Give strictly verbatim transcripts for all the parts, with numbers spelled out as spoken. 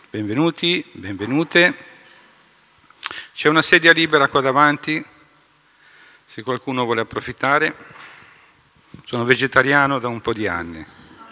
Benvenuti, benvenute. C'è una sedia libera qua davanti, se qualcuno vuole approfittare. Sono vegetariano da un po' di anni.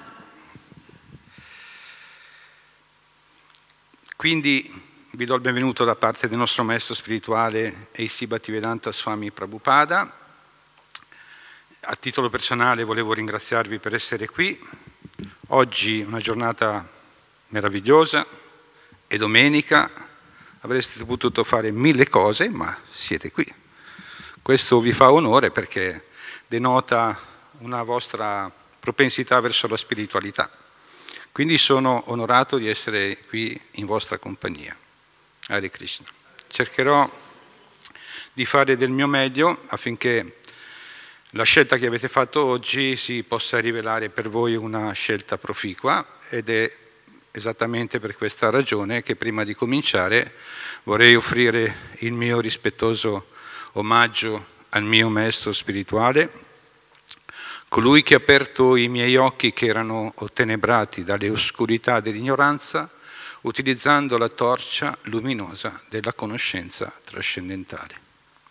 Quindi vi do il benvenuto da parte del nostro maestro spirituale A C Bhaktivedanta Swami Prabhupada. A titolo personale volevo ringraziarvi per essere qui. Oggi una giornata meravigliosa. E domenica avreste potuto fare mille cose, ma siete qui. Questo vi fa onore perché denota una vostra propensità verso la spiritualità. Quindi sono onorato di essere qui in vostra compagnia. Hare Krishna. Cercherò di fare del mio meglio affinché la scelta che avete fatto oggi si possa rivelare per voi una scelta proficua, ed è esattamente per questa ragione che prima di cominciare vorrei offrire il mio rispettoso omaggio al mio maestro spirituale, colui che ha aperto i miei occhi che erano ottenebrati dalle oscurità dell'ignoranza, utilizzando la torcia luminosa della conoscenza trascendentale.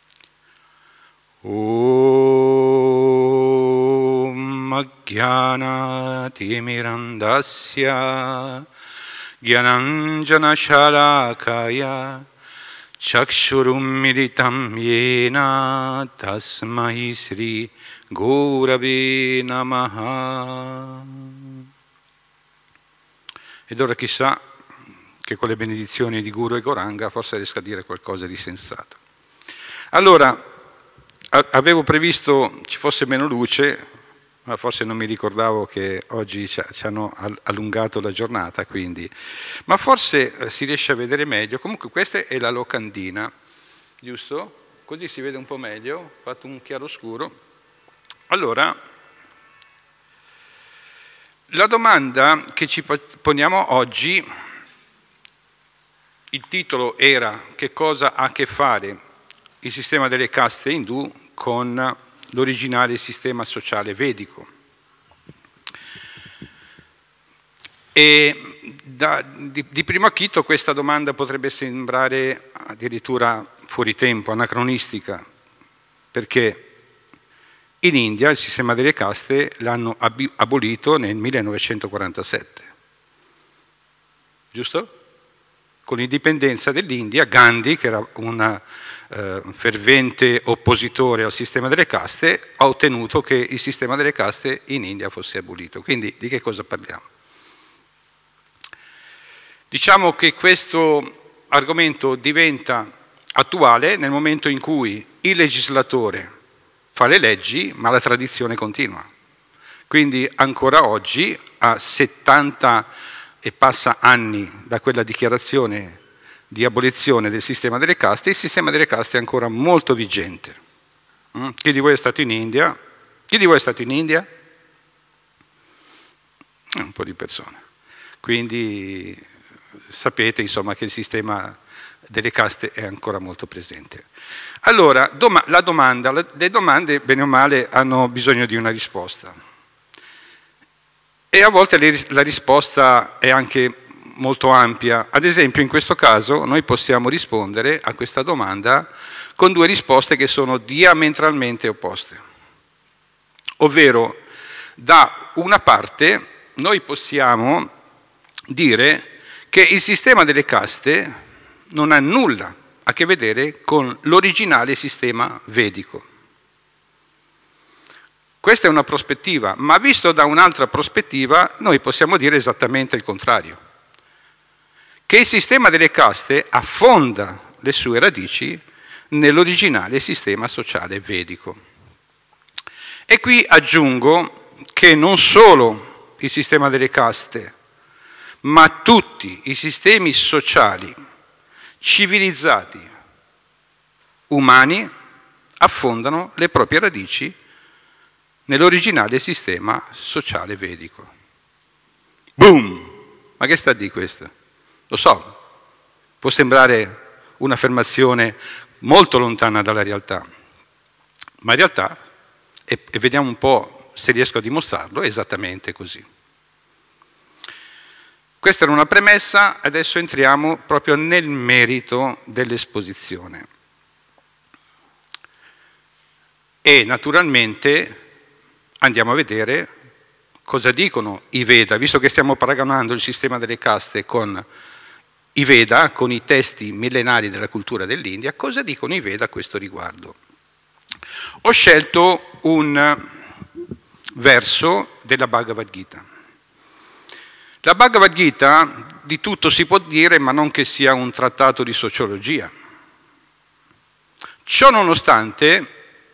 Om Ajnana Timirandasya Gyananjana Shalakaya Chakshurum Militam Yena Tasmai Sri Gurave Namaha. Ed ora chissà che con le benedizioni di Guru e Goranga forse riesco a dire qualcosa di sensato. Allora, avevo previsto ci fosse meno luce, ma forse non mi ricordavo che oggi ci hanno allungato la giornata, quindi. Ma forse si riesce a vedere meglio. Comunque questa è la locandina, giusto? Così si vede un po' meglio, ho fatto un chiaroscuro. Allora, la domanda che ci poniamo oggi, il titolo era: che cosa ha a che fare il sistema delle caste indù con l'originale sistema sociale vedico? E da, di, di primo acchito questa domanda potrebbe sembrare addirittura fuori tempo, anacronistica, perché in India il sistema delle caste l'hanno ab- abolito nel millenovecentoquarantasette, giusto? Con l'indipendenza dell'India, Gandhi, che era un eh, fervente oppositore al sistema delle caste, ha ottenuto che il sistema delle caste in India fosse abolito. Quindi di che cosa parliamo? Diciamo che questo argomento diventa attuale nel momento in cui il legislatore fa le leggi, ma la tradizione continua. Quindi ancora oggi, a settanta e passa anni da quella dichiarazione di abolizione del sistema delle caste, il sistema delle caste è ancora molto vigente. Mm? Chi di voi è stato in India? Chi di voi è stato in India? Un po' di persone. Quindi sapete insomma che il sistema delle caste è ancora molto presente. Allora, doma- la domanda, le domande bene o male hanno bisogno di una risposta. E a volte la risposta è anche molto ampia. Ad esempio, in questo caso, noi possiamo rispondere a questa domanda con due risposte che sono diametralmente opposte. Ovvero, da una parte, noi possiamo dire che il sistema delle caste non ha nulla a che vedere con l'originale sistema vedico. Questa è una prospettiva, ma visto da un'altra prospettiva noi possiamo dire esattamente il contrario, che il sistema delle caste affonda le sue radici nell'originale sistema sociale vedico. E qui aggiungo che non solo il sistema delle caste, ma tutti i sistemi sociali civilizzati umani affondano le proprie radici nell'originale sistema sociale vedico. Boom! Ma che sta di questo? Lo so, può sembrare un'affermazione molto lontana dalla realtà, ma in realtà, e, e vediamo un po' se riesco a dimostrarlo, è esattamente così. Questa era una premessa, adesso entriamo proprio nel merito dell'esposizione. E naturalmente andiamo a vedere cosa dicono i Veda, visto che stiamo paragonando il sistema delle caste con i Veda, con i testi millenari della cultura dell'India, cosa dicono i Veda a questo riguardo. Ho scelto un verso della Bhagavad Gita. La Bhagavad Gita di tutto si può dire, ma non che sia un trattato di sociologia. Ciò nonostante,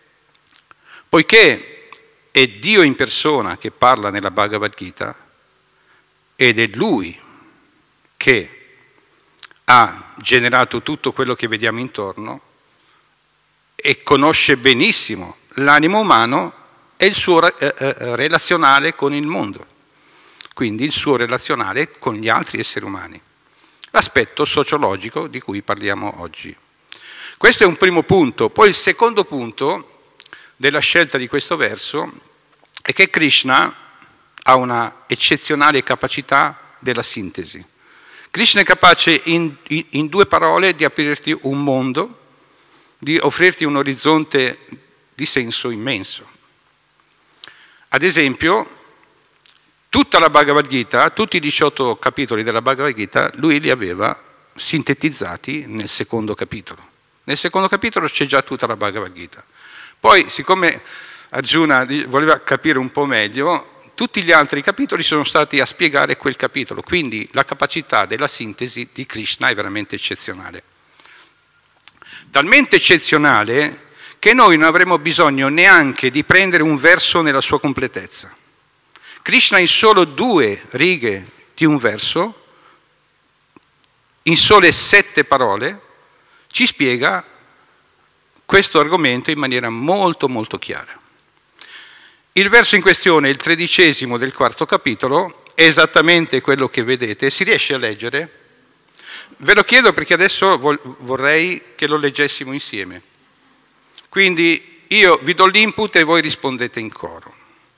poiché è Dio in persona che parla nella Bhagavad Gita, ed è Lui che ha generato tutto quello che vediamo intorno e conosce benissimo l'animo umano e il suo eh, eh, relazionale con il mondo, quindi il suo relazionale con gli altri esseri umani, l'aspetto sociologico di cui parliamo oggi. Questo è un primo punto. Poi il secondo punto della scelta di questo verso è che Krishna ha una eccezionale capacità della sintesi. Krishna è capace in, in, in due parole di aprirti un mondo, di offrirti un orizzonte di senso immenso. Ad esempio, tutta la Bhagavad Gita, tutti i diciotto capitoli della Bhagavad Gita, lui li aveva sintetizzati nel secondo capitolo. Nel secondo capitolo c'è già tutta la Bhagavad Gita. Poi, siccome Arjuna voleva capire un po' meglio, tutti gli altri capitoli sono stati a spiegare quel capitolo, quindi la capacità della sintesi di Krishna è veramente eccezionale. Talmente eccezionale che noi non avremo bisogno neanche di prendere un verso nella sua completezza. Krishna in solo due righe di un verso, in sole sette parole, ci spiega questo argomento in maniera molto molto chiara. Il verso in questione, il tredicesimo del quarto capitolo, è esattamente quello che vedete. Si riesce a leggere? Ve lo chiedo perché adesso vorrei che lo leggessimo insieme. Quindi io vi do l'input e voi rispondete in coro.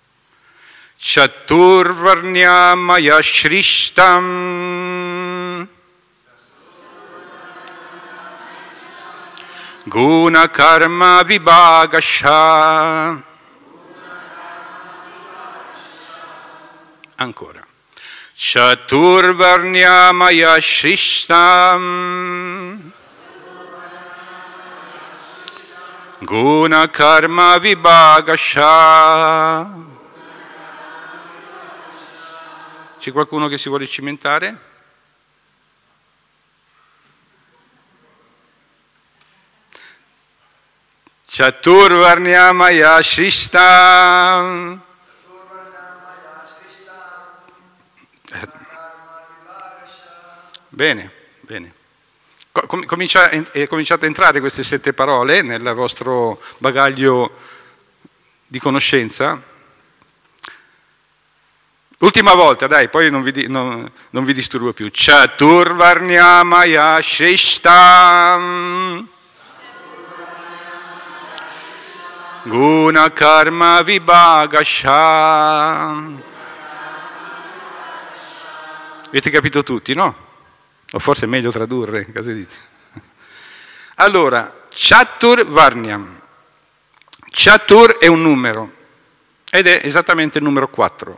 Chaturvarnyamaya shrishtam guna karma vibhagasha. Ancora. Chaturvarnyamaya shrishtam guna karma vibhagasha. C'è qualcuno che si vuole cimentare? Chaturvarnyamaya shrishtam. Bene, bene. Comincia, è cominciato a entrare queste sette parole nel vostro bagaglio di conoscenza? Ultima volta, dai, poi non vi, non, non vi disturbo più. Chaturvarnyamaya shrishtam guna karma vibhagasha. Avete capito tutti, no? O forse è meglio tradurre, cosa dite? Allora, Chaturvarnyam. Chatur è un numero ed è esattamente il numero quattro.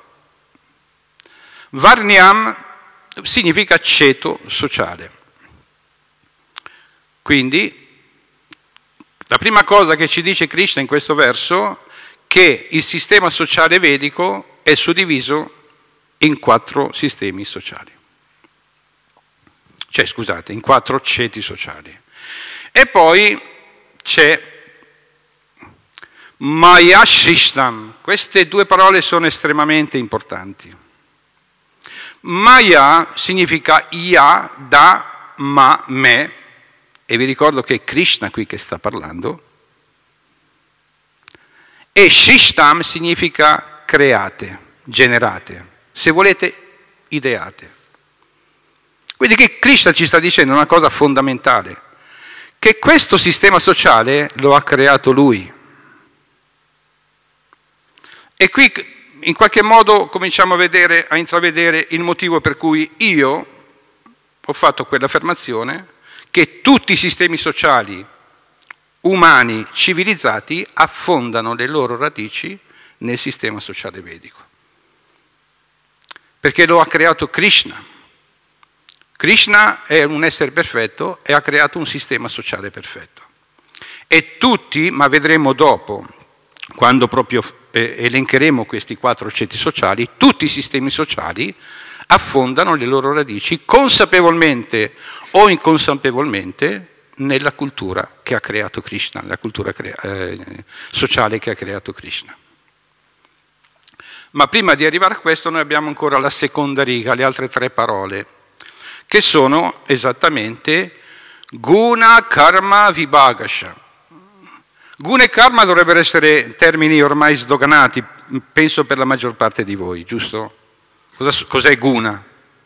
Varnyam significa ceto sociale. Quindi, la prima cosa che ci dice Krishna in questo verso è che il sistema sociale vedico è suddiviso in quattro sistemi sociali. Cioè, scusate, in quattro ceti sociali. E poi c'è Maya Shrishtam. Queste due parole sono estremamente importanti. Maya significa ya, da, ma, me, e vi ricordo che è Krishna qui che sta parlando, e Shrishtam significa create, generate, se volete ideate. Quindi che Krishna ci sta dicendo una cosa fondamentale, che questo sistema sociale lo ha creato lui. E qui in qualche modo cominciamo a vedere, a intravedere il motivo per cui io ho fatto quell'affermazione che tutti i sistemi sociali umani civilizzati affondano le loro radici nel sistema sociale vedico. Perché lo ha creato Krishna. Krishna è un essere perfetto e ha creato un sistema sociale perfetto. E tutti, ma vedremo dopo, quando proprio eh, elencheremo questi quattro ceti sociali, tutti i sistemi sociali affondano le loro radici consapevolmente o inconsapevolmente nella cultura che ha creato Krishna, nella cultura crea- eh, sociale che ha creato Krishna. Ma prima di arrivare a questo noi abbiamo ancora la seconda riga, le altre tre parole, che sono esattamente guna, karma, vibhagasha. Guna e karma dovrebbero essere termini ormai sdoganati, penso per la maggior parte di voi, giusto? Cosa, cos'è guna?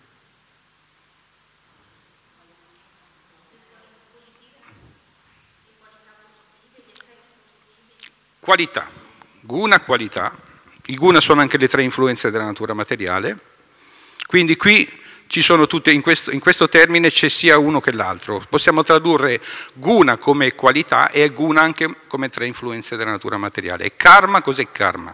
Qualità. Guna, qualità. I guna sono anche le tre influenze della natura materiale. Quindi qui ci sono tutte, in questo, in questo termine c'è sia uno che l'altro. Possiamo tradurre guna come qualità e guna anche come tre influenze della natura materiale. E karma, cos'è karma?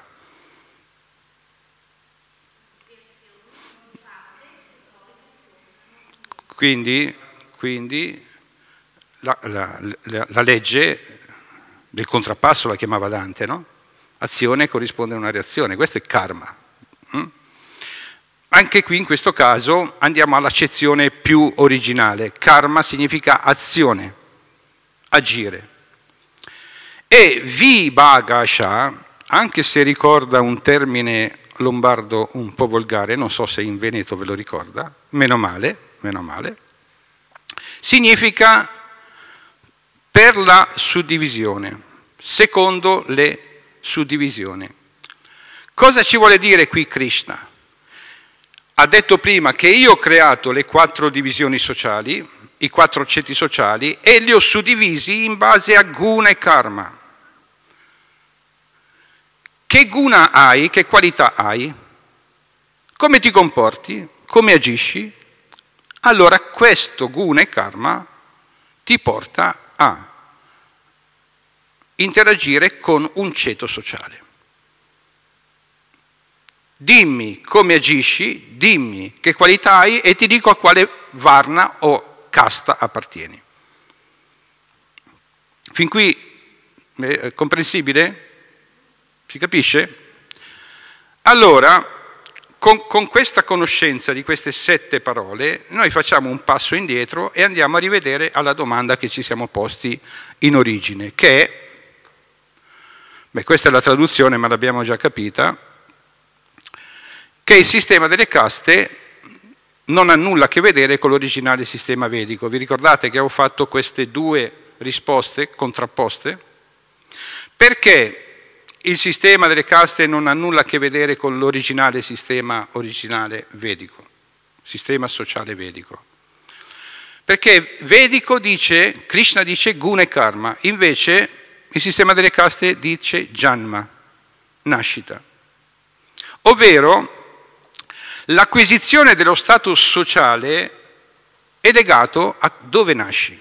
Quindi, quindi la, la, la, la legge del contrappasso la chiamava Dante, no? Azione corrisponde a una reazione, questo è karma. Mm? Anche qui in questo caso andiamo all'accezione più originale. Karma significa azione, agire. E vibhagasha, anche se ricorda un termine lombardo un po' volgare, non so se in Veneto ve lo ricorda, meno male, meno male, significa per la suddivisione, secondo le suddivisioni. Cosa ci vuole dire qui Krishna? Ha detto prima che io ho creato le quattro divisioni sociali, i quattro ceti sociali, e li ho suddivisi in base a guna e karma. Che guna hai? Che qualità hai? Come ti comporti? Come agisci? Allora questo guna e karma ti porta a interagire con un ceto sociale. Dimmi come agisci, dimmi che qualità hai e ti dico a quale varna o casta appartieni. Fin qui è comprensibile? Si capisce? Allora, con, con questa conoscenza di queste sette parole, noi facciamo un passo indietro e andiamo a rivedere alla domanda che ci siamo posti in origine, che è, beh, questa è la traduzione, ma l'abbiamo già capita, che il sistema delle caste non ha nulla a che vedere con l'originale sistema vedico. Vi ricordate che ho fatto queste due risposte contrapposte? Perché il sistema delle caste non ha nulla a che vedere con l'originale sistema originale vedico, sistema sociale vedico? Perché vedico dice, Krishna dice guna e karma, invece il sistema delle caste dice janma, nascita. Ovvero, l'acquisizione dello status sociale è legato a dove nasci.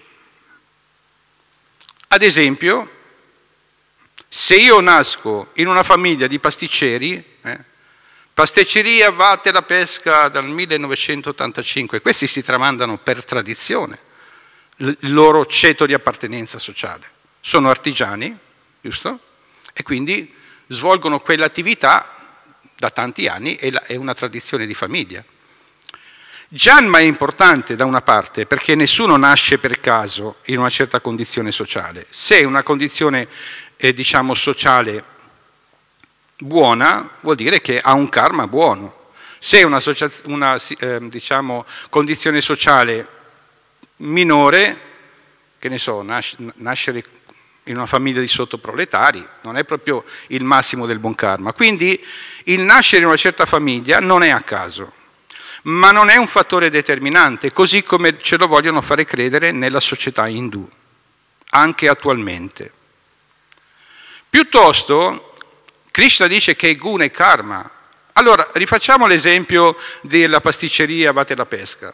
Ad esempio, se io nasco in una famiglia di pasticceri, eh, pasticceria Vatte la Pesca dal millenovecentottantacinque, questi si tramandano per tradizione il loro ceto di appartenenza sociale. Sono artigiani, giusto? E quindi svolgono quell'attività da tanti anni, è una tradizione di famiglia. Janma è importante da una parte perché nessuno nasce per caso in una certa condizione sociale. Se è una condizione eh, diciamo sociale buona, vuol dire che ha un karma buono. Se è una, una eh, diciamo, condizione sociale minore, che ne so, nas- nascere in una famiglia di sottoproletari non è proprio il massimo del buon karma. Quindi il nascere in una certa famiglia non è a caso, ma non è un fattore determinante, così come ce lo vogliono fare credere nella società indù, anche attualmente. Piuttosto, Krishna dice che guna e karma Allora, rifacciamo l'esempio della pasticceria Abate la Pesca.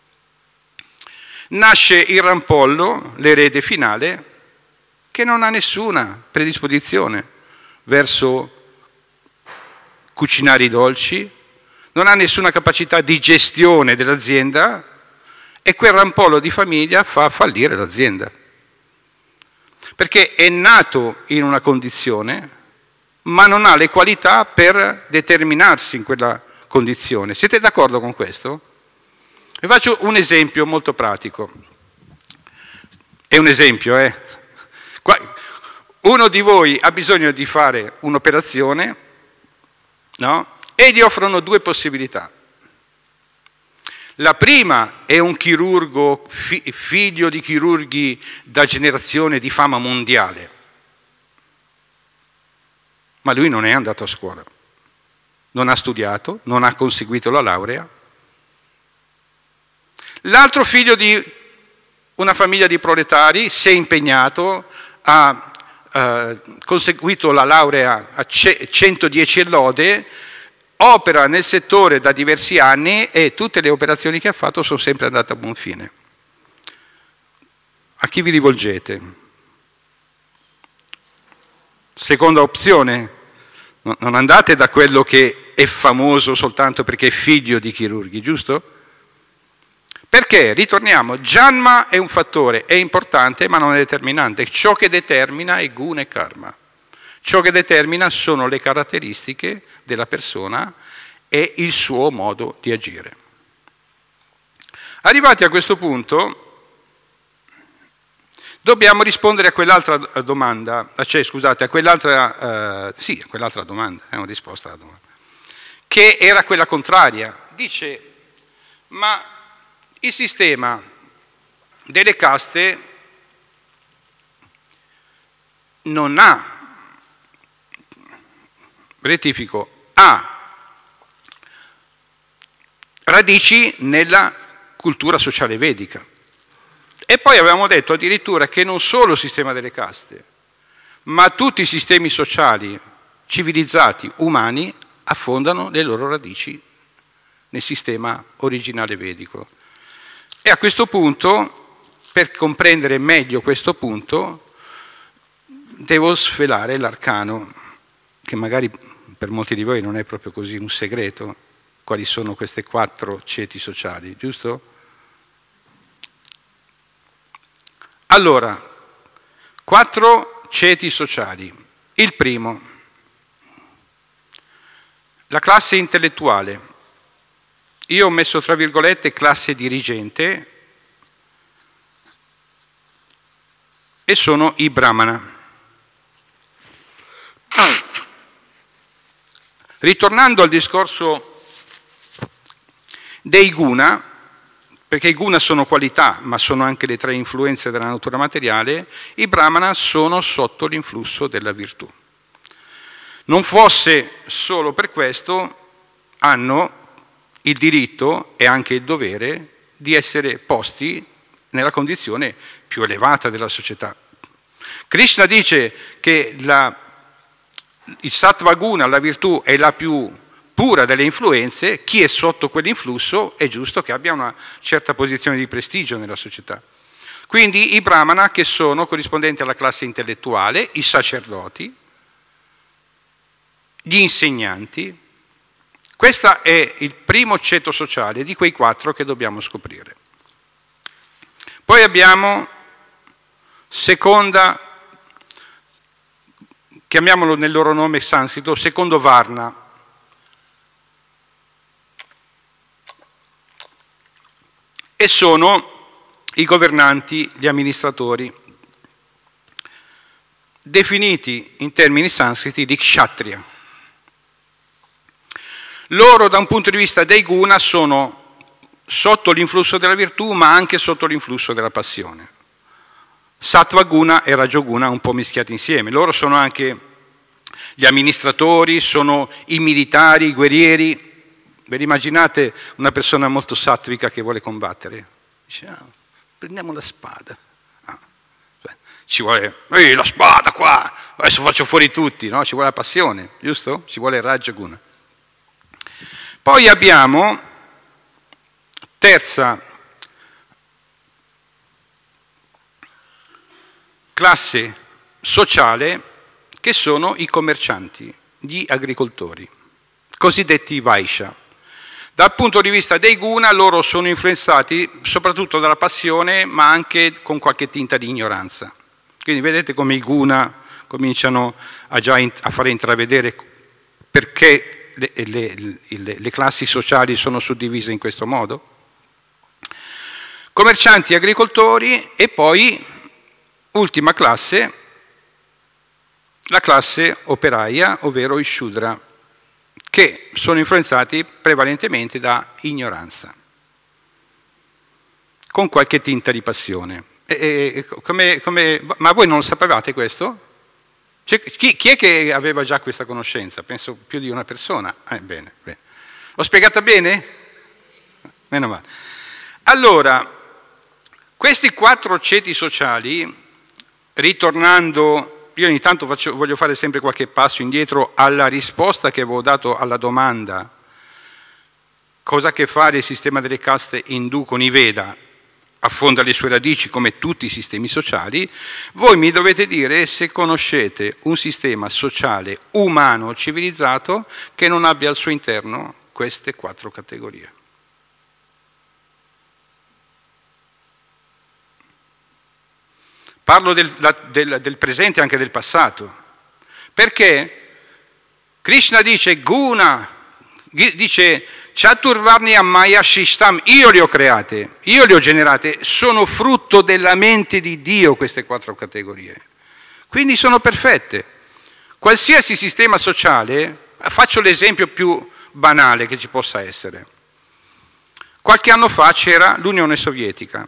Nasce il rampollo, l'erede finale, che non ha nessuna predisposizione verso cucinare i dolci, non ha nessuna capacità di gestione dell'azienda e quel rampollo di famiglia fa fallire l'azienda. Perché è nato in una condizione, ma non ha le qualità per determinarsi in quella condizione. Siete d'accordo con questo? Vi faccio un esempio molto pratico. È un esempio, eh? Uno di voi ha bisogno di fare un'operazione, no? E gli offrono due possibilità. La prima è un chirurgo, fi- figlio di chirurghi da generazione di fama mondiale, ma lui non è andato a scuola, non ha studiato, non ha conseguito la laurea. L'altro figlio di una famiglia di proletari si è impegnato, ha eh, conseguito la laurea a centodieci e lode, opera nel settore da diversi anni e tutte le operazioni che ha fatto sono sempre andate a buon fine. A chi vi rivolgete? Seconda opzione, non andate da quello che è famoso soltanto perché è figlio di chirurghi, giusto? Perché, ritorniamo, Janma è un fattore, è importante ma non è determinante. Ciò che determina è guna e karma. Ciò che determina sono le caratteristiche della persona e il suo modo di agire. Arrivati a questo punto, dobbiamo rispondere a quell'altra domanda, cioè scusate, a quell'altra, eh, sì, a quell'altra domanda, è una risposta alla domanda, che era quella contraria. Dice, ma il sistema delle caste non ha, rettifico, ha radici nella cultura sociale vedica. E poi avevamo detto addirittura che non solo il sistema delle caste, ma tutti i sistemi sociali civilizzati umani affondano le loro radici nel sistema originale vedico. E a questo punto, per comprendere meglio questo punto, devo svelare l'arcano, che magari per molti di voi non è proprio così un segreto, quali sono queste quattro ceti sociali, giusto? Allora, quattro ceti sociali. Il primo, la classe intellettuale. Io ho messo tra virgolette classe dirigente e sono i brahmana. Ritornando al discorso dei guna, perché i guna sono qualità, ma sono anche le tre influenze della natura materiale, i brahmana sono sotto l'influsso della virtù. Non fosse solo per questo, hanno il diritto e anche il dovere di essere posti nella condizione più elevata della società. Krishna dice che la, il sattva guna, la virtù, è la più pura delle influenze. Chi è sotto quell'influsso è giusto che abbia una certa posizione di prestigio nella società. Quindi i brahmana, che sono corrispondenti alla classe intellettuale, i sacerdoti, gli insegnanti. Questo è il primo ceto sociale di quei quattro che dobbiamo scoprire. Poi abbiamo seconda, chiamiamolo nel loro nome sanscrito, secondo varna. E sono i governanti, gli amministratori, definiti in termini sanscriti di kshatriya. Loro, da un punto di vista dei guna, sono sotto l'influsso della virtù, ma anche sotto l'influsso della passione. Sattva guna e rajoguna un po' mischiati insieme. Loro sono anche gli amministratori, sono i militari, i guerrieri. Ve immaginate una persona molto sattvica che vuole combattere? Dice, ah, prendiamo la spada. Ah, cioè, ci vuole, ehi, la spada qua, adesso faccio fuori tutti, no? Ci vuole la passione, giusto? Ci vuole il rajoguna. Poi abbiamo, terza classe sociale, che sono i commercianti, gli agricoltori, cosiddetti Vaishya. Dal punto di vista dei guna, loro sono influenzati soprattutto dalla passione, ma anche con qualche tinta di ignoranza. Quindi vedete come i guna cominciano a già a fare intravedere perché le, le, le, le classi sociali sono suddivise in questo modo. Commercianti, agricoltori e poi, ultima classe, la classe operaia, ovvero i Shudra, che sono influenzati prevalentemente da ignoranza, con qualche tinta di passione. E, e, come, come, ma voi non lo sapevate questo? Cioè, chi, chi è che aveva già questa conoscenza? Penso più di una persona. Eh, bene, bene. L'ho spiegata bene? Meno male. Allora, questi quattro ceti sociali, ritornando... Io ogni tanto faccio, voglio fare sempre qualche passo indietro alla risposta che avevo dato alla domanda cosa ha a che fare il sistema delle caste indù con i Veda, affonda le sue radici come tutti i sistemi sociali. Voi mi dovete dire se conoscete un sistema sociale umano civilizzato che non abbia al suo interno queste quattro categorie. Parlo del, del, del presente e anche del passato, perché Krishna dice guna, dice Chaturvarnya Maya Shishtam, io le ho create, io le ho generate, sono frutto della mente di Dio queste quattro categorie, quindi sono perfette. Qualsiasi sistema sociale, faccio l'esempio più banale che ci possa essere, qualche anno fa c'era l'Unione Sovietica,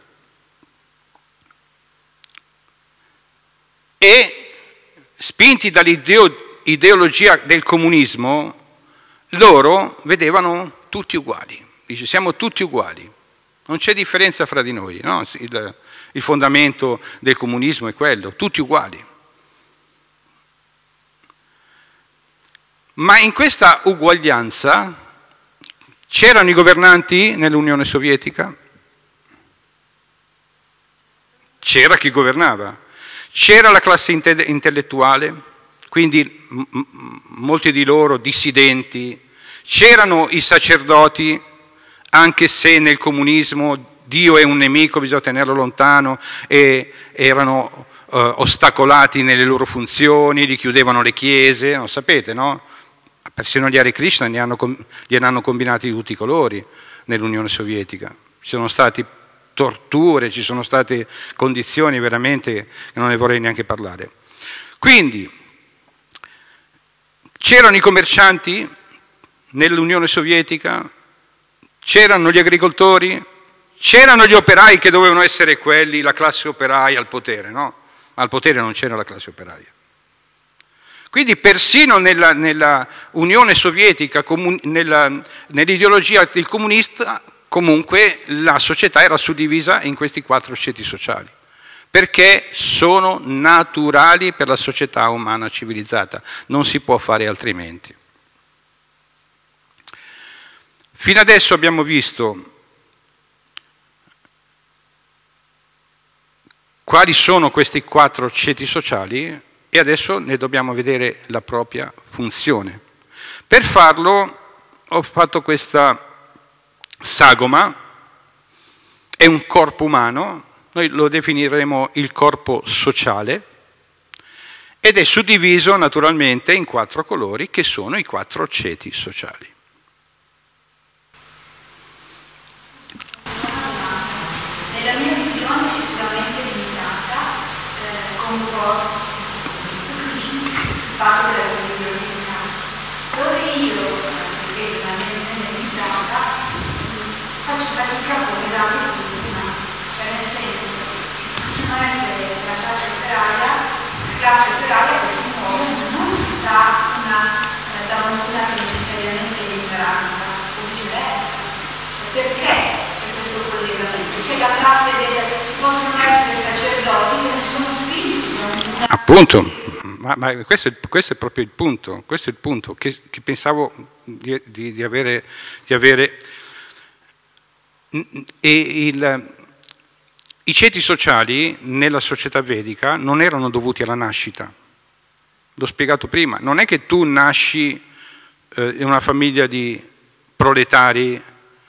e spinti dall'ideologia del comunismo, loro vedevano tutti uguali. Dice, siamo tutti uguali, non c'è differenza fra di noi, no? il, il fondamento del comunismo è quello, tutti uguali. Ma in questa uguaglianza c'erano i governanti nell'Unione Sovietica? C'era chi governava. C'era la classe inte- intellettuale, quindi m- m- molti di loro dissidenti, c'erano i sacerdoti, anche se nel comunismo Dio è un nemico, bisogna tenerlo lontano, e erano eh, ostacolati nelle loro funzioni, li chiudevano le chiese, non sapete, no? Persino gli Hare Krishna ne hanno, li hanno combinati di tutti i colori nell'Unione Sovietica. Ci sono stati torture, ci sono state condizioni veramente che non ne vorrei neanche parlare. Quindi c'erano i commercianti nell'Unione Sovietica, c'erano gli agricoltori, c'erano gli operai che dovevano essere quelli, la classe operaia al potere, no? Ma al potere non c'era la classe operaia. Quindi persino nella, nella Unione Sovietica, nella, nell'ideologia del comunista, comunque la società era suddivisa in questi quattro ceti sociali, perché sono naturali per la società umana civilizzata, non si può fare altrimenti. Fino adesso abbiamo visto quali sono questi quattro ceti sociali e adesso ne dobbiamo vedere la propria funzione. Per farlo ho fatto questa sagoma, è un corpo umano, noi lo definiremo il corpo sociale, ed è suddiviso naturalmente in quattro colori che sono i quattro ceti sociali. Nella mia visione sicuramente limitata, eh, concordo sul fatto della divisione di casta, dove io, perché la mia visione limitata, faccio fatica a come dare l'ultima, cioè nel senso, ci possono essere la classe operaia, la classe operaia che si muove non da una, eh, da una che necessariamente è l'ignoranza, o viceversa. Perché c'è questo collegamento? C'è la classe del, possono essere sacerdoti che non sono spiriti, non una... Appunto, ma, ma questo, è, questo è proprio il punto, questo è il punto che, che pensavo di, di, di avere, di avere. E il, i ceti sociali nella società vedica non erano dovuti alla nascita, l'ho spiegato prima, non è che tu nasci eh, in una famiglia di proletari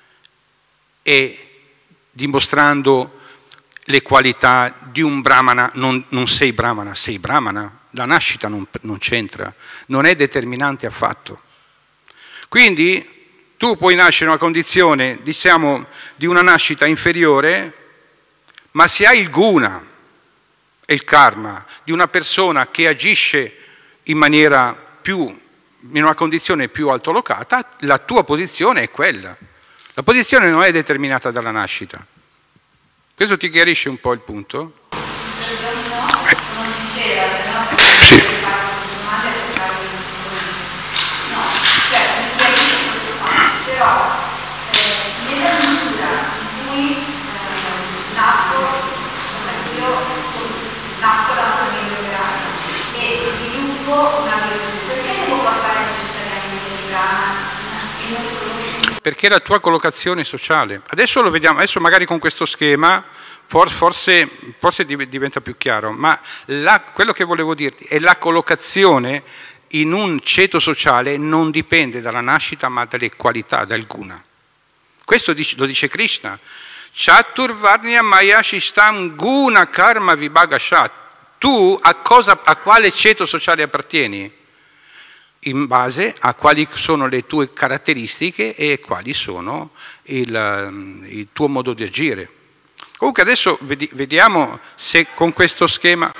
e dimostrando le qualità di un brahmana, non, non sei brahmana, sei brahmana, la nascita non, non c'entra, non è determinante affatto. Quindi tu puoi nascere in una condizione, diciamo, di una nascita inferiore, ma se hai il guna e il karma di una persona che agisce in maniera più, in una condizione più altolocata, la tua posizione è quella. La posizione non è determinata dalla nascita. Questo ti chiarisce un po' il punto? No, sono sincera, se no se sì. fare queste domande è cercare di no, cioè mi chiarisce questo fatto, però eh, nella misura in cui eh, nasco, insomma io nasco da una famiglia operaia e sviluppo una virtù, perché devo passare necessariamente di brahma e non conosco? Perché la tua collocazione sociale. Adesso lo vediamo, adesso magari con questo schema forse, forse diventa più chiaro, ma la, quello che volevo dirti è la collocazione in un ceto sociale non dipende dalla nascita ma dalle qualità, dal guna. Questo dice, lo dice Krishna. Chaturvarnya mayashishtam guna karma vibhagashat. Tu a, cosa, a quale ceto sociale appartieni? In base a quali sono le tue caratteristiche e quali sono il, il tuo modo di agire. Comunque adesso vediamo se con questo schema...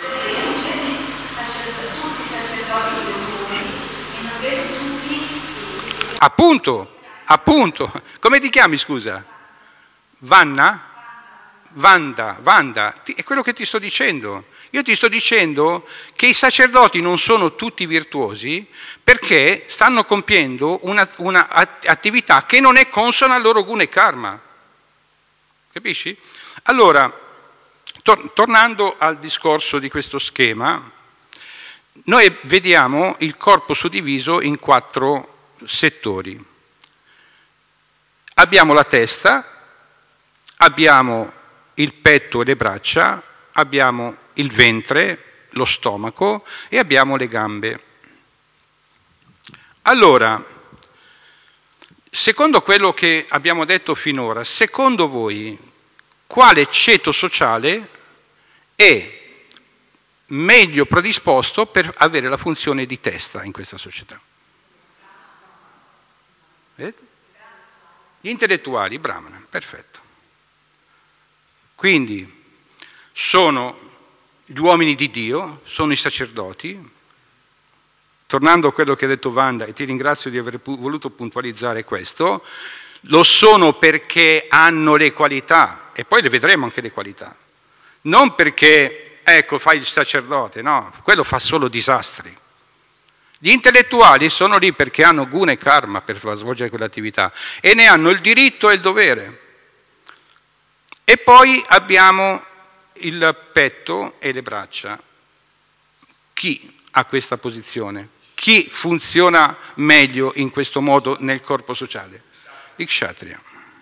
Appunto, appunto. Come ti chiami, scusa? Vanna? Vanda, Vanda. È quello che ti sto dicendo. Io ti sto dicendo che i sacerdoti non sono tutti virtuosi perché stanno compiendo una, una attività che non è consona al loro guna e karma. Capisci? Allora, tor- tornando al discorso di questo schema, noi vediamo il corpo suddiviso in quattro settori. Abbiamo la testa, abbiamo il petto e le braccia, abbiamo il ventre, lo stomaco e abbiamo le gambe. Allora, secondo quello che abbiamo detto finora, secondo voi quale ceto sociale è meglio predisposto per avere la funzione di testa in questa società? Vedete? Gli intellettuali, brahmana, perfetto. Quindi sono gli uomini di Dio, sono i sacerdoti. Tornando a quello che ha detto Wanda, e ti ringrazio di aver pu- voluto puntualizzare questo, lo sono perché hanno le qualità, e poi le vedremo anche le qualità. Non perché, ecco, fai il sacerdote, no, quello fa solo disastri. Gli intellettuali sono lì perché hanno guna e karma per svolgere quell'attività e ne hanno il diritto e il dovere. E poi abbiamo il petto e le braccia. Chi ha questa posizione? Chi funziona meglio in questo modo nel corpo sociale? Il kshatriya.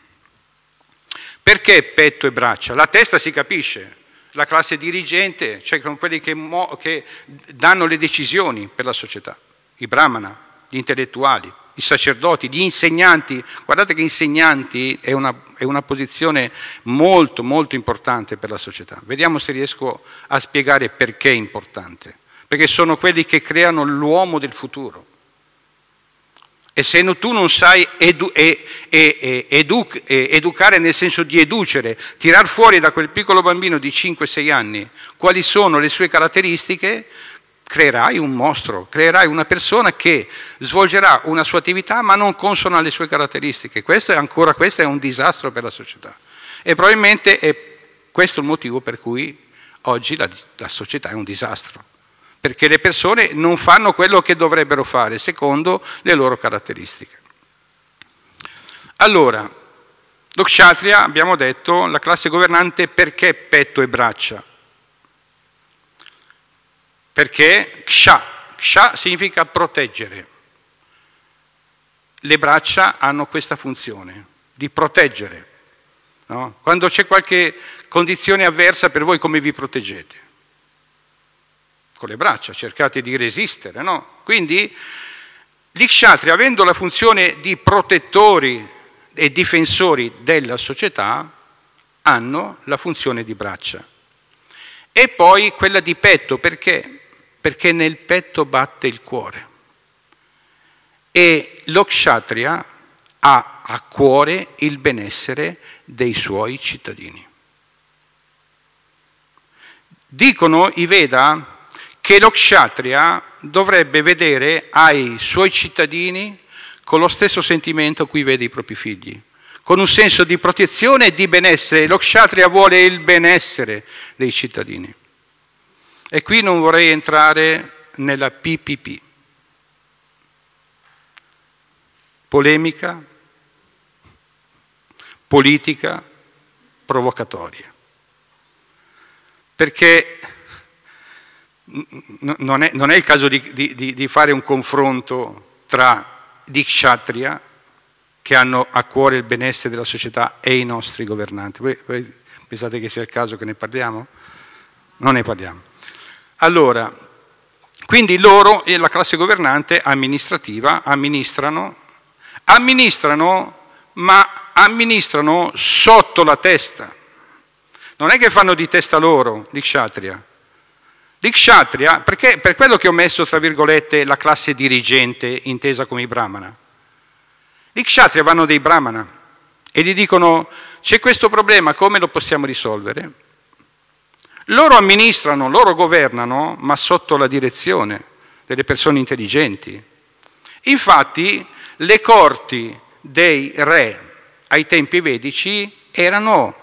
Perché petto e braccia? La testa si capisce, la classe dirigente, cioè con quelli che, mo- che danno le decisioni per la società, i brahmana, gli intellettuali, i sacerdoti, gli insegnanti. Guardate che insegnanti è una, è una posizione molto molto importante per la società. Vediamo se riesco a spiegare perché è importante. Perché sono quelli che creano l'uomo del futuro. E se tu non sai edu- e, e, e, edu- e, educare nel senso di educere, tirar fuori da quel piccolo bambino di cinque sei anni quali sono le sue caratteristiche, creerai un mostro, creerai una persona che svolgerà una sua attività ma non consona alle sue caratteristiche. Questo è ancora questo è un disastro per la società. E probabilmente è questo il motivo per cui oggi la, la società è un disastro. Perché le persone non fanno quello che dovrebbero fare secondo le loro caratteristiche. Allora, lo kshatriya, abbiamo detto, la classe governante, perché petto e braccia? perché ksha, ksha significa proteggere. Le braccia hanno questa funzione, di proteggere. No? Quando c'è qualche condizione avversa per voi, come vi proteggete? Con le braccia, cercate di resistere, no? Quindi gli kshatriya, avendo la funzione di protettori e difensori della società, hanno la funzione di braccia. E poi quella di petto, perché? Perché nel petto batte il cuore. E lo kshatriya ha a cuore il benessere dei suoi cittadini. Dicono i Veda che lo kshatriya dovrebbe vedere ai suoi cittadini con lo stesso sentimento cui vede i propri figli, con un senso di protezione e di benessere. Lo kshatriya vuole il benessere dei cittadini. E qui non vorrei entrare nella P P P, polemica, politica, provocatoria. Perché non è, non è il caso di, di, di fare un confronto tra gli kshatriya, che hanno a cuore il benessere della società, e i nostri governanti. Voi, voi pensate che sia il caso che ne parliamo? Non ne parliamo. Allora, quindi loro, la classe governante amministrativa, amministrano, amministrano, ma amministrano sotto la testa. Non è che fanno di testa loro, gli kshatriya. Gli kshatriya, perché per quello che ho messo, tra virgolette, la classe dirigente intesa come i brahmana. Gli kshatriya vanno dei brahmana e gli dicono: c'è questo problema, come lo possiamo risolvere? Loro amministrano, loro governano, ma sotto la direzione delle persone intelligenti. Infatti, le corti dei re ai tempi vedici erano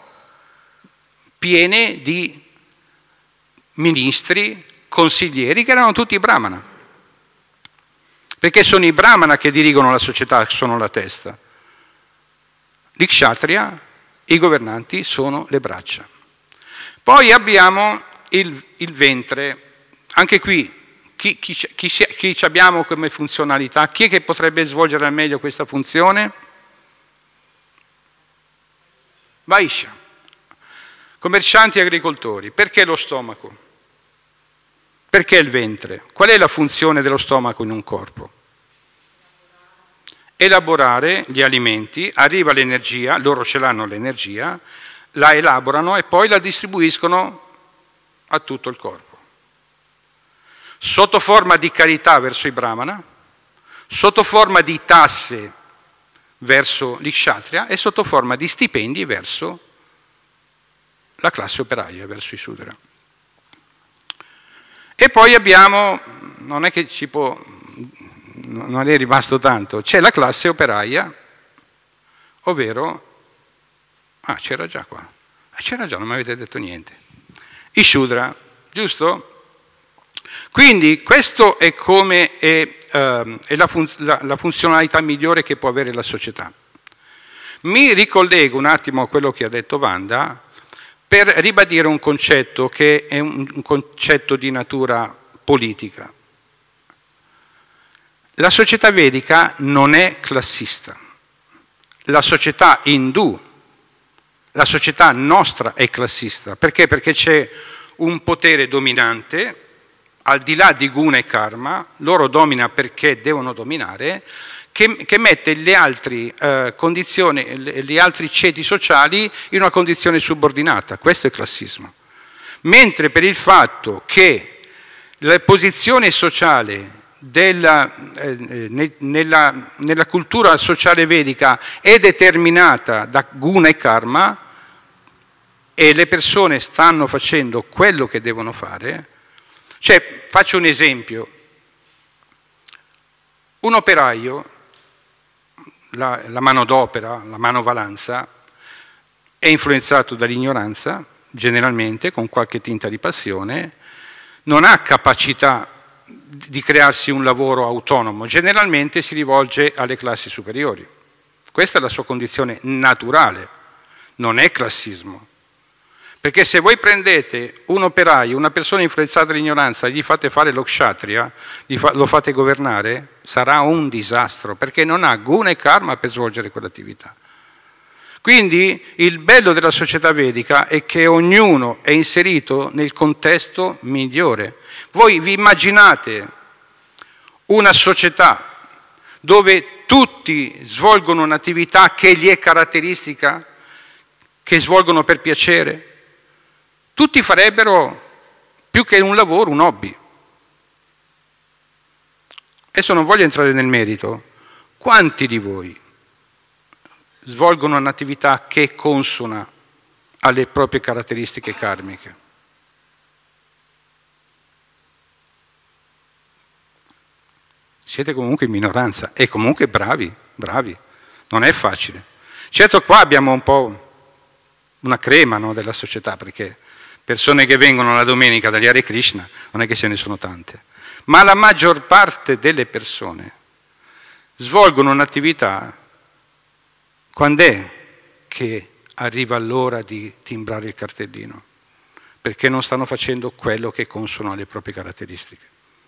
piene di ministri, consiglieri, che erano tutti brahmana. Perché sono i brahmana che dirigono la società, sono la testa. Gli kshatriya, i governanti, sono le braccia. Poi abbiamo il, il ventre. Anche qui, chi, chi, chi, chi abbiamo come funzionalità? Chi è che potrebbe svolgere al meglio questa funzione? Vaishya. Commercianti e agricoltori. Perché lo stomaco? Perché il ventre? Qual è la funzione dello stomaco in un corpo? Elaborare gli alimenti, arriva l'energia, loro ce l'hanno l'energia, la elaborano e poi la distribuiscono a tutto il corpo. Sotto forma di carità verso i brahmana, sotto forma di tasse verso gli kshatriya e sotto forma di stipendi verso la classe operaia, verso i sudra. E poi abbiamo, non è che ci può, non è rimasto tanto, c'è la classe operaia, ovvero, ah c'era già qua, c'era già, non mi avete detto niente, i Shudra, giusto? Quindi questo è come è, uh, è la, fun- la, la funzionalità migliore che può avere la società. Mi ricollego un attimo a quello che ha detto Wanda, per ribadire un concetto che è un concetto di natura politica. La società vedica non è classista. La società indù, la società nostra è classista. Perché? Perché c'è un potere dominante, al di là di guna e karma, loro domina perché devono dominare, Che, che mette le altre eh, condizioni, gli altri ceti sociali in una condizione subordinata. Questo è classismo. Mentre per il fatto che la posizione sociale della, eh, ne, nella, nella cultura sociale vedica è determinata da guna e karma e le persone stanno facendo quello che devono fare, cioè, faccio un esempio, un operaio, La, la manodopera, la manovalanza, è influenzato dall'ignoranza, generalmente, con qualche tinta di passione, non ha capacità di crearsi un lavoro autonomo, generalmente si rivolge alle classi superiori. Questa è la sua condizione naturale, non è classismo. Perché se voi prendete un operaio, una persona influenzata dall'ignoranza, e gli fate fare lo kshatriya, gli fa, lo fate governare, sarà un disastro, perché non ha guna e karma per svolgere quell'attività. Quindi il bello della società vedica è che ognuno è inserito nel contesto migliore. Voi vi immaginate una società dove tutti svolgono un'attività che gli è caratteristica, che svolgono per piacere? Tutti farebbero più che un lavoro, un hobby. Adesso non voglio entrare nel merito. Quanti di voi svolgono un'attività che è consona alle proprie caratteristiche karmiche? Siete comunque in minoranza e comunque bravi, bravi. Non è facile. Certo, qua abbiamo un po' una crema, no, della società, perché persone che vengono la domenica dagli Hare Krishna non è che ce ne sono tante, ma la maggior parte delle persone svolgono un'attività quando è che arriva l'ora di timbrare il cartellino, perché non stanno facendo quello che consono alle proprie caratteristiche.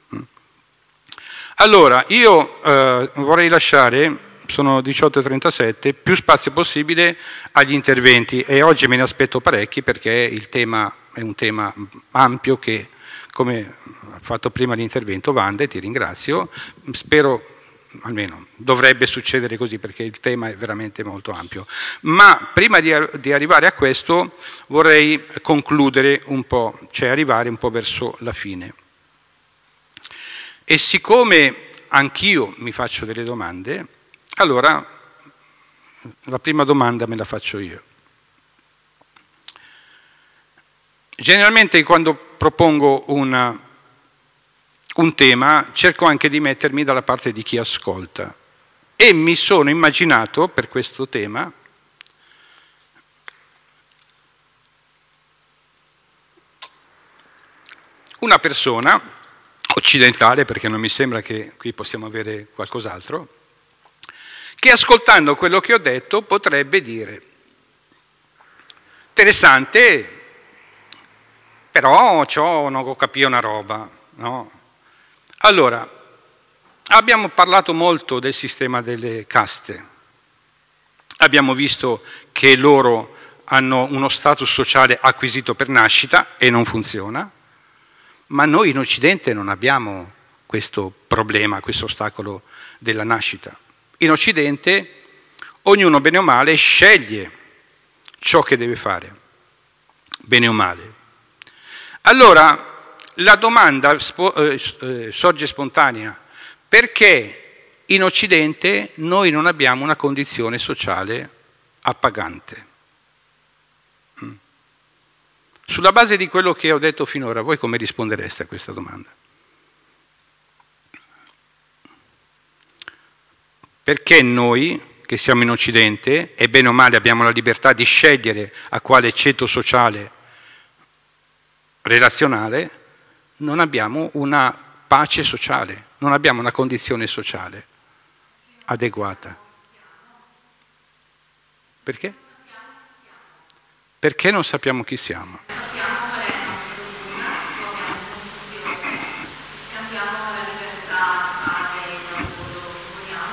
Allora, io eh, vorrei lasciare, sono diciotto e trentasette, più spazio possibile agli interventi, e oggi me ne aspetto parecchi perché il tema è un tema ampio che, come ha fatto prima l'intervento Wanda, e ti ringrazio, spero, almeno dovrebbe succedere così perché il tema è veramente molto ampio. Ma prima di, di arrivare a questo vorrei concludere un po', cioè arrivare un po' verso la fine. E siccome anch'io mi faccio delle domande, allora la prima domanda me la faccio io. Generalmente quando propongo una, un tema cerco anche di mettermi dalla parte di chi ascolta, e mi sono immaginato per questo tema una persona occidentale, perché non mi sembra che qui possiamo avere qualcos'altro, che ascoltando quello che ho detto potrebbe dire: interessante, però ciò non ho capito una roba, no? Allora, abbiamo parlato molto del sistema delle caste, abbiamo visto che loro hanno uno status sociale acquisito per nascita e non funziona, ma noi in Occidente non abbiamo questo problema, questo ostacolo della nascita. In Occidente ognuno bene o male sceglie ciò che deve fare, bene o male. Allora la domanda spo- eh, sorge spontanea: perché in Occidente noi non abbiamo una condizione sociale appagante? Mm. Sulla base di quello che ho detto finora, voi come rispondereste a questa domanda? Perché noi, che siamo in Occidente, e bene o male abbiamo la libertà di scegliere a quale ceto sociale relazionale, non abbiamo una pace sociale, non abbiamo una condizione sociale adeguata? Perché? Perché non sappiamo chi siamo. Sappiamo qual è la nostra cultura, abbiamo confusione, scambiamo la libertà di fare il lavoro che vogliamo,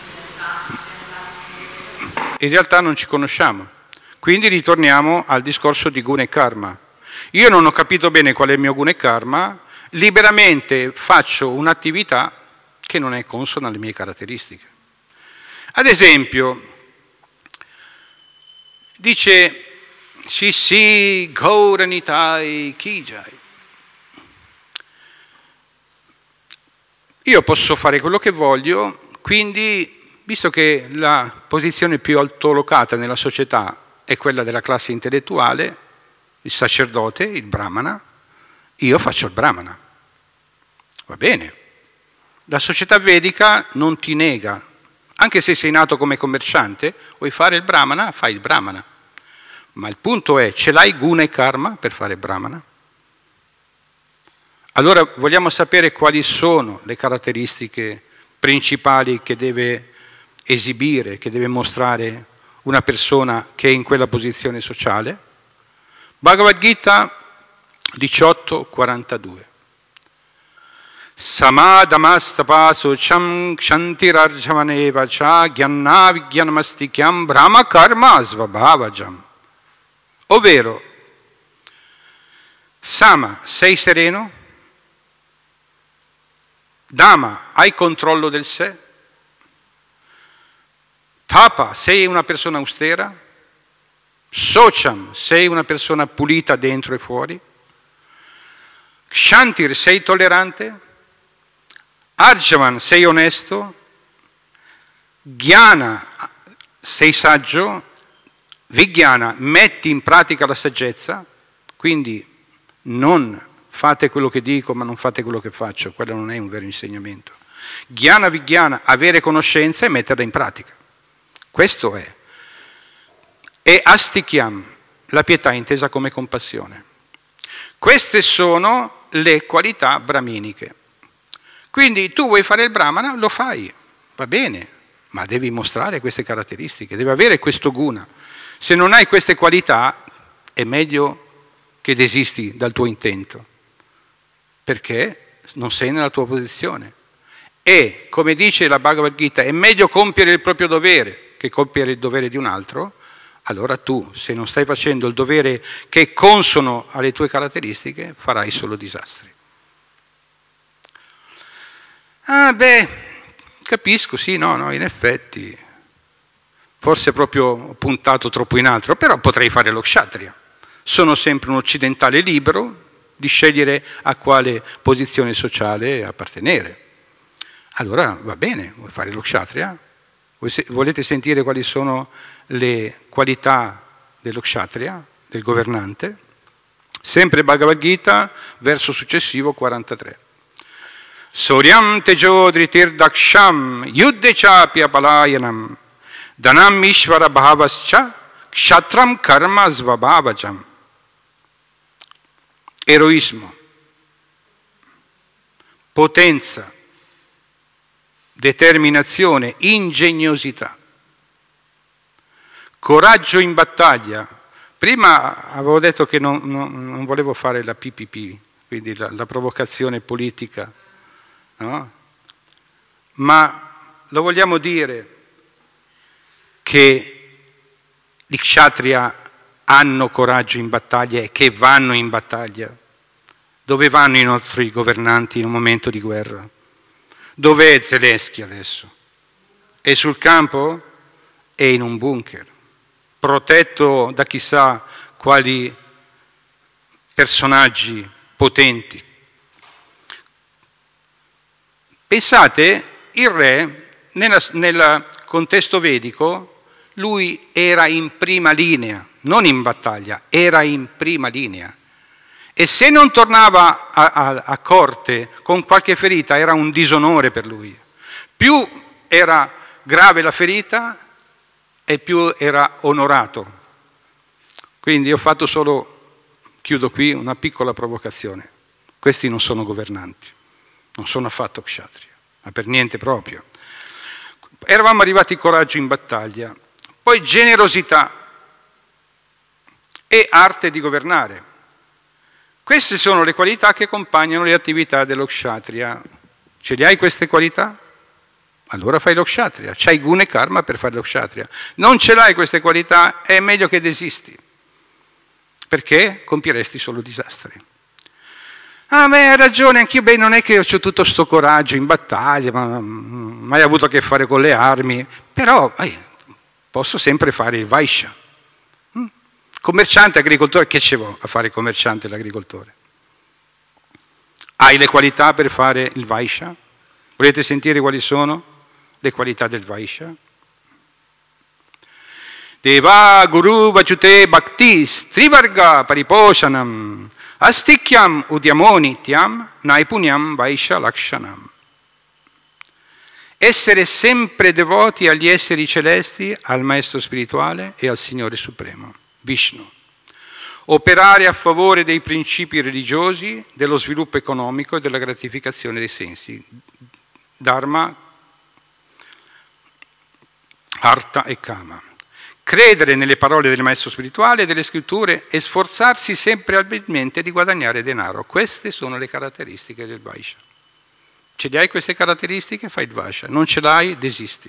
libertà. In realtà non ci conosciamo, quindi ritorniamo al discorso di guna e karma. Io non ho capito bene qual è il mio guna e karma, liberamente faccio un'attività che non è consona alle mie caratteristiche. Ad esempio, dice sì sì Gauranitai Kijai. Io posso fare quello che voglio, quindi, visto che la posizione più altolocata nella società è quella della classe intellettuale, il sacerdote, il brahmana, io faccio il brahmana. Va bene. La società vedica non ti nega, anche se sei nato come commerciante, vuoi fare il brahmana, fai il brahmana. Ma il punto è, ce l'hai guna e karma per fare il brahmana? Allora vogliamo sapere quali sono le caratteristiche principali che deve esibire, che deve mostrare una persona che è in quella posizione sociale? Bhagavad Gita diciotto quarantadue. Samadamastapaso cham kshantirarjamaneva cha gyannavigyanamastikyam brahma karma svabhavajam. Ovvero, Sama, sei sereno? Dama, hai controllo del sé? Tapa, sei una persona austera? Socham, sei una persona pulita dentro e fuori? Kshantir, sei tollerante? Arjavan, sei onesto? Jnana, sei saggio? Vijnana, metti in pratica la saggezza? Quindi non fate quello che dico ma non fate quello che faccio, quello non è un vero insegnamento. Jnana Vijnana, avere conoscenza e metterla in pratica. Questo è. E Astikyam, la pietà intesa come compassione. Queste sono le qualità brahminiche. Quindi tu vuoi fare il brahmana, lo fai, va bene, ma devi mostrare queste caratteristiche, devi avere questo guna. Se non hai queste qualità, è meglio che desisti dal tuo intento, perché non sei nella tua posizione. E, come dice la Bhagavad Gita, è meglio compiere il proprio dovere che compiere il dovere di un altro. Allora tu, se non stai facendo il dovere che è consono alle tue caratteristiche, farai solo disastri. Ah beh, capisco, sì, no, no, in effetti, forse proprio ho puntato troppo in altro, però potrei fare lo kshatriya. Sono sempre un occidentale libero di scegliere a quale posizione sociale appartenere. Allora va bene, vuoi fare lo kshatriya? Volete sentire quali sono le qualità dello kshatriya, del governante? Sempre Bhagavad Gita, verso successivo quarantatré. Soryam tejo dhritir daksham yudde chapya palayanam danam ishvara bhavascha kshatram karma svabhavajam. Eroismo, potenza, determinazione, ingegnosità, coraggio in battaglia. Prima avevo detto che non, non, non volevo fare la P P P, quindi la, la provocazione politica, no? Ma lo vogliamo dire che gli kshatriya hanno coraggio in battaglia e che vanno in battaglia? Dove vanno i nostri governanti in un momento di guerra? Dov'è Zelensky adesso? È sul campo? È in un bunker, protetto da chissà quali personaggi potenti. Pensate, il re, nella, nel contesto vedico, lui era in prima linea, non in battaglia, era in prima linea. E se non tornava a, a, a corte con qualche ferita era un disonore per lui. Più era grave la ferita e più era onorato. Quindi ho fatto solo, chiudo qui, una piccola provocazione. Questi non sono governanti, non sono affatto kshatriya, ma per niente proprio. Eravamo arrivati al coraggio in battaglia, poi generosità e arte di governare. Queste sono le qualità che accompagnano le attività dello kshatriya. Ce le hai queste qualità? Allora fai lo kshatriya. C'hai guna e karma per fare lo kshatriya. Non ce l'hai queste qualità, è meglio che desisti, perché compieresti solo disastri. Ah, beh, hai ragione, anch'io, beh, non è che ho tutto sto coraggio in battaglia, ma mai avuto a che fare con le armi, però eh, posso sempre fare il vaishya. Mm? Commerciante, agricoltore, che ce vuoi a fare il commerciante e l'agricoltore? Hai le qualità per fare il vaishya? Volete sentire quali sono le qualità del vaishya? Deva guru vachute bhakti trivarga pariposhanam astikyam udyamo nityam naipunyam vaishya lakshanam. Essere sempre devoti agli esseri celesti, al Maestro spirituale e al Signore Supremo, Vishnu. Operare a favore dei principi religiosi, dello sviluppo economico e della gratificazione dei sensi, Dharma, Artha e Kama. credere nelle parole del maestro spirituale e delle scritture e sforzarsi sempre abilmente di guadagnare denaro. Queste sono le caratteristiche del Vaishya. Ce le hai queste caratteristiche? Fai il Vaishya. Non ce l'hai? Desisti.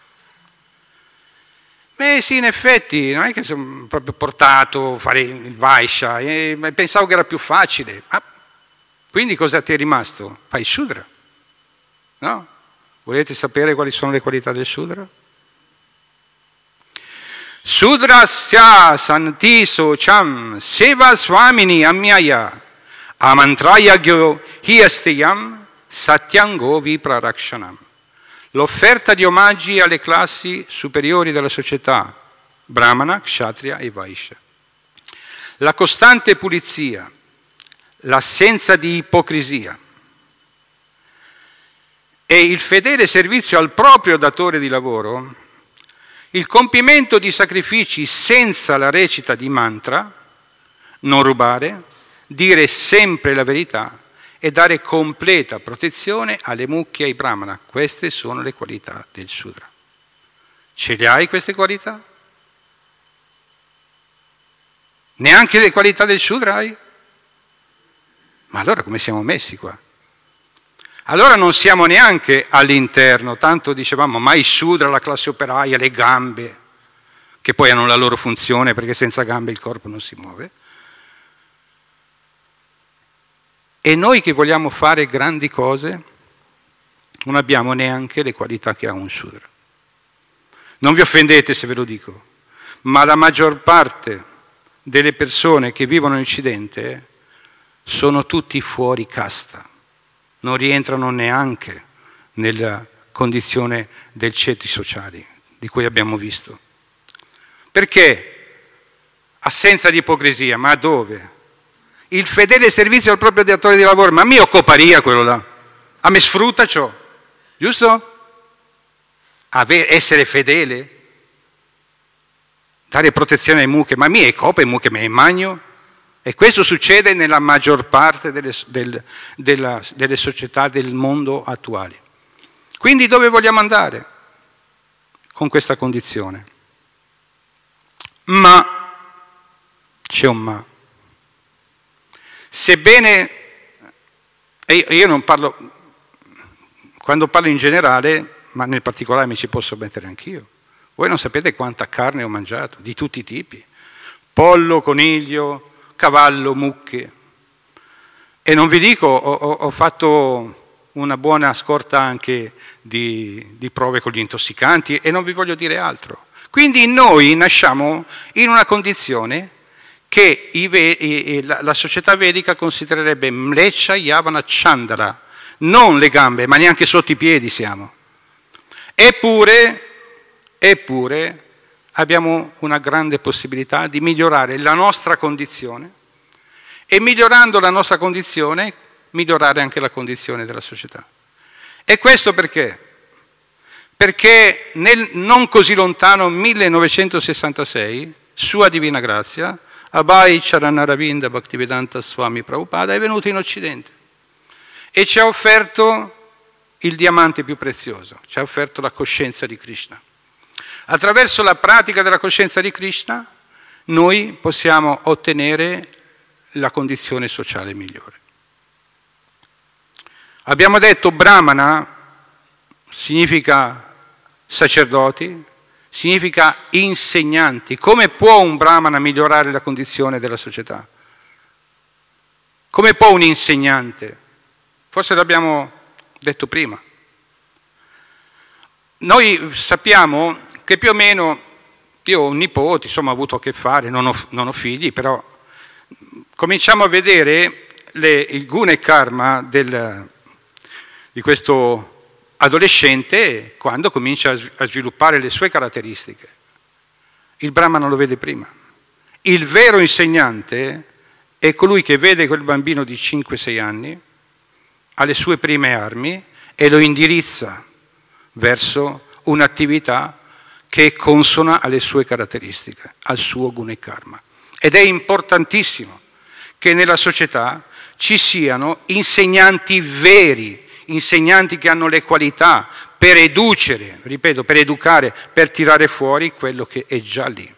Beh sì, in effetti, non è che sono proprio portato a fare il Vaishya, eh, pensavo che era più facile. Ah, quindi cosa ti è rimasto? Fai il Shudra. No? Volete sapere quali sono le qualità del Shudra? Sudrasya santi socham seva swamini amyaya amantraya gyo hiasteyam satyango viprarakshanam. L'offerta di omaggi alle classi superiori della società, Brahmana, Kshatriya e Vaishya. La costante pulizia, l'assenza di ipocrisia e il fedele servizio al proprio datore di lavoro, il compimento di sacrifici senza la recita di mantra, non rubare, dire sempre la verità e dare completa protezione alle mucche e ai brahmana. Queste sono le qualità del Shudra. Ce le hai queste qualità? Neanche le qualità del Shudra hai? Ma allora come siamo messi qua? Allora non siamo neanche all'interno, tanto dicevamo, ma i Shudra, la classe operaia, le gambe, che poi hanno la loro funzione perché senza gambe il corpo non si muove. E noi che vogliamo fare grandi cose non abbiamo neanche le qualità che ha un Shudra. Non vi offendete se ve lo dico, ma la maggior parte delle persone che vivono in Occidente sono tutti fuori casta, non rientrano neanche nella condizione dei ceti sociali di cui abbiamo visto. Perché? Assenza di ipocrisia, ma dove? Il fedele servizio al proprio datore di lavoro, ma mi occuparia quello là, a me sfrutta ciò, giusto? Ave- essere fedele, dare protezione ai mucche, ma mi è copa i mucche, me magno. E questo succede nella maggior parte delle, del, della, delle società del mondo attuali. Quindi dove vogliamo andare con questa condizione? Ma, c'è un ma. Sebbene, e io non parlo, quando parlo in generale, ma nel particolare mi ci posso mettere anch'io, voi non sapete quanta carne ho mangiato, di tutti i tipi, pollo, coniglio, cavallo, mucche, e non vi dico, ho, ho fatto una buona scorta anche di, di prove con gli intossicanti e non vi voglio dire altro. Quindi noi nasciamo in una condizione che i, i, la, la società vedica considererebbe mleccia yavana chandala, non le gambe, ma neanche sotto i piedi siamo. Eppure, eppure abbiamo una grande possibilità di migliorare la nostra condizione e migliorando la nostra condizione, migliorare anche la condizione della società. E questo perché? Perché nel non così lontano millenovecentosessantasei, Sua Divina Grazia, Abhay Charanaravinda Bhaktivedanta Swami Prabhupada è venuto in Occidente e ci ha offerto il diamante più prezioso, ci ha offerto la coscienza di Krishna. Attraverso la pratica della coscienza di Krishna noi possiamo ottenere la condizione sociale migliore. Abbiamo detto Brahmana significa sacerdoti, significa insegnanti. Come può un Brahmana migliorare la condizione della società? Come può un insegnante? Forse l'abbiamo detto prima. Noi sappiamo che più o meno, io ho un nipote, insomma ho avuto a che fare, non ho, non ho figli, però cominciamo a vedere le, il guna e karma del, di questo adolescente quando comincia a sviluppare le sue caratteristiche. Il Brahmana lo vede prima. Il vero insegnante è colui che vede quel bambino di cinque sei anni alle sue prime armi e lo indirizza verso un'attività che è consona alle sue caratteristiche, al suo guna e karma. Ed è importantissimo che nella società ci siano insegnanti veri, insegnanti che hanno le qualità per educere, ripeto, per educare, per tirare fuori quello che è già lì.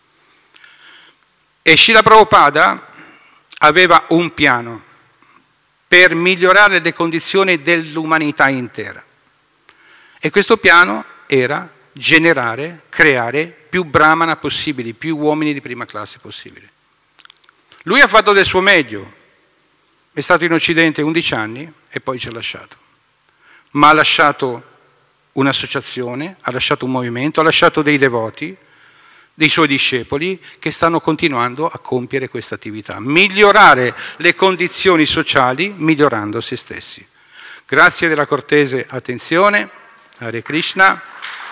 E Srila Prabhupada aveva un piano per migliorare le condizioni dell'umanità intera. E questo piano era generare, creare più brahmana possibili, più uomini di prima classe possibili. Lui ha fatto del suo meglio, è stato in Occidente undici anni e poi ci ha lasciato. Ma ha lasciato un'associazione, ha lasciato un movimento, ha lasciato dei devoti, dei suoi discepoli che stanno continuando a compiere questa attività, migliorare le condizioni sociali migliorando se stessi. Grazie della cortese attenzione, Hare Krishna.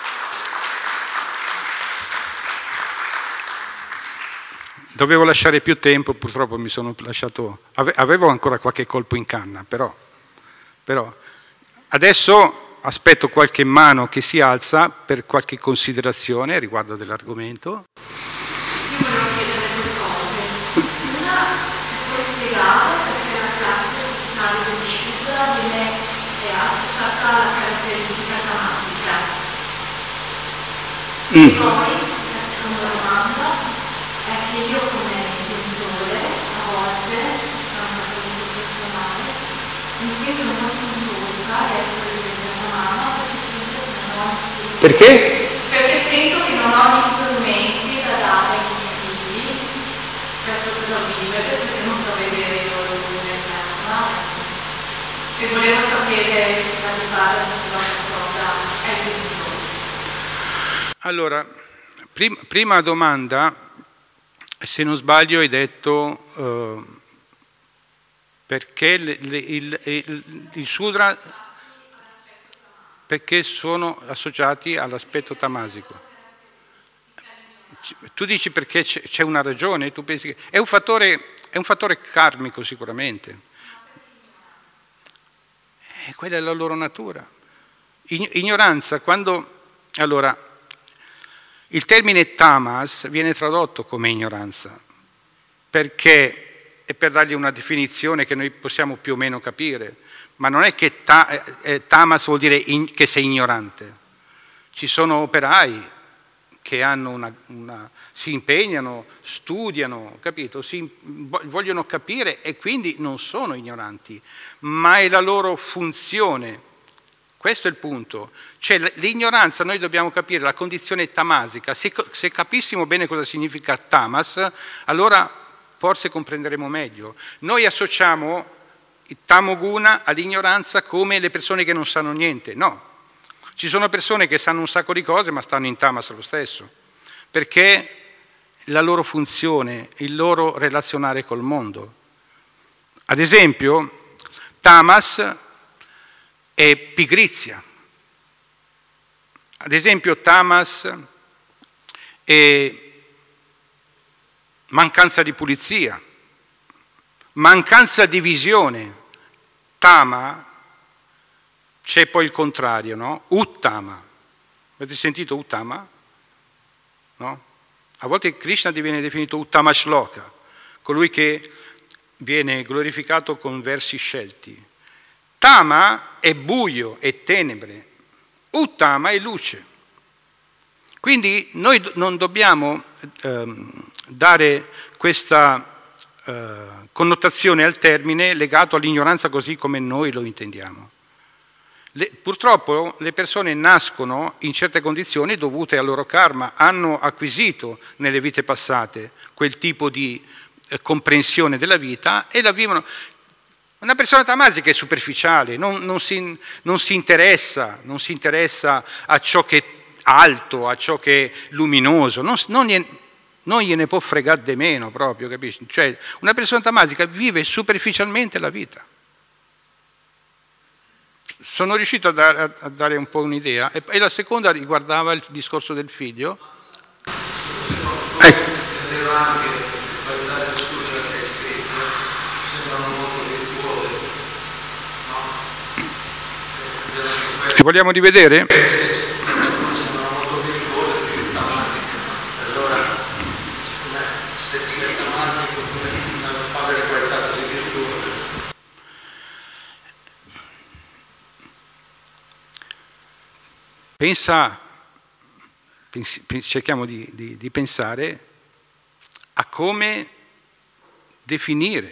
Dovevo lasciare più tempo, purtroppo mi sono lasciato, avevo ancora qualche colpo in canna, però, però adesso aspetto qualche mano che si alza per qualche considerazione riguardo dell'argomento. Io volevo chiedere due cose. Una, se puoi spiegare perché la classe sociale del Shudra viene è associata alla caratteristica tamasica. Mm. E poi, la seconda domanda è che io come genitore, a volte, sono una cosa personale, mi sento molto in colpa di essere diventata mamma perché sento che non ho strumenti. Perché? Perché sento che non ho gli strumenti da dare ai miei figli per sopravvivere, perché non so vedere i loro lune interna. E volevo sapere se Prabhupada diceva qualcosa ai genitori. Allora, prim- prima domanda. Se non sbaglio hai detto uh, perché le, le, il, il, il Sudra, perché sono associati all'aspetto tamasico. Tu dici perché c'è, c'è una ragione, tu pensi che è un fattore, è un fattore karmico sicuramente. E quella è la loro natura. Ignoranza, quando... Allora, il termine tamas viene tradotto come ignoranza, perché è per dargli una definizione che noi possiamo più o meno capire, ma non è che ta, eh, tamas vuol dire in, che sei ignorante. Ci sono operai che hanno una, una, si impegnano, studiano, capito? Si, vogliono capire e quindi non sono ignoranti, ma è la loro funzione. Questo è il punto. Cioè l'ignoranza, noi dobbiamo capire la condizione tamasica. Se, se capissimo bene cosa significa tamas, allora forse comprenderemo meglio. Noi associamo il tamoguna all'ignoranza come le persone che non sanno niente. No. Ci sono persone che sanno un sacco di cose ma stanno in tamas lo stesso. Perché la loro funzione, il loro relazionare col mondo. Ad esempio, tamas è pigrizia. Ad esempio tamas è mancanza di pulizia, mancanza di visione. Tama, c'è poi il contrario, no? Uttama. Avete sentito Uttama? No? A volte Krishna diviene definito Uttama Shloka, colui che viene glorificato con versi scelti. Tama è buio, è tenebre, Uttama è luce. Quindi noi non dobbiamo ehm, dare questa eh, connotazione al termine legato all'ignoranza così come noi lo intendiamo. Le, purtroppo le persone nascono in certe condizioni dovute al loro karma, hanno acquisito nelle vite passate quel tipo di eh, comprensione della vita e la vivono. Una persona tamasica è superficiale, non, non, si, non si interessa, non si interessa a ciò che è alto, a ciò che è luminoso, non, non, gliene, non gliene può fregare di meno proprio, capisci? Cioè, una persona tamasica vive superficialmente la vita. Sono riuscito a dare, a dare un po' un'idea. E, e la seconda riguardava il discorso del figlio. Ecco. Li vogliamo rivedere? pensa, pensi, cerchiamo di, di, di pensare a come definire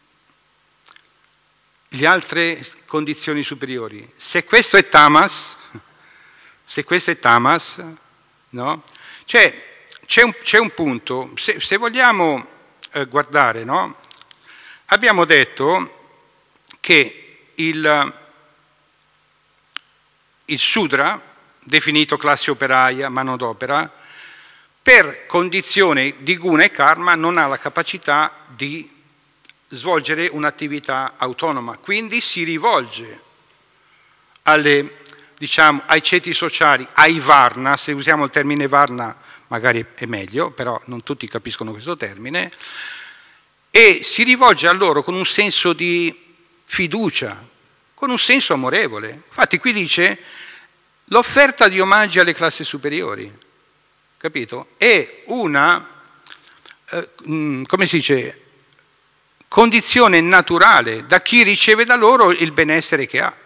le altre condizioni superiori. Se questo è tamas, se questo è tamas, no? Cioè, c'è un, c'è un punto, se, se vogliamo eh, guardare, no? Abbiamo detto che il, il Sudra, definito classe operaia, manodopera, per condizione di guna e karma non ha la capacità di svolgere un'attività autonoma, quindi si rivolge alle, diciamo, ai ceti sociali, ai varna, se usiamo il termine varna magari è meglio, però non tutti capiscono questo termine, e si rivolge a loro con un senso di fiducia, con un senso amorevole. Infatti qui dice l'offerta di omaggi alle classi superiori, capito? È una, eh, come si dice, condizione naturale da chi riceve da loro il benessere che ha.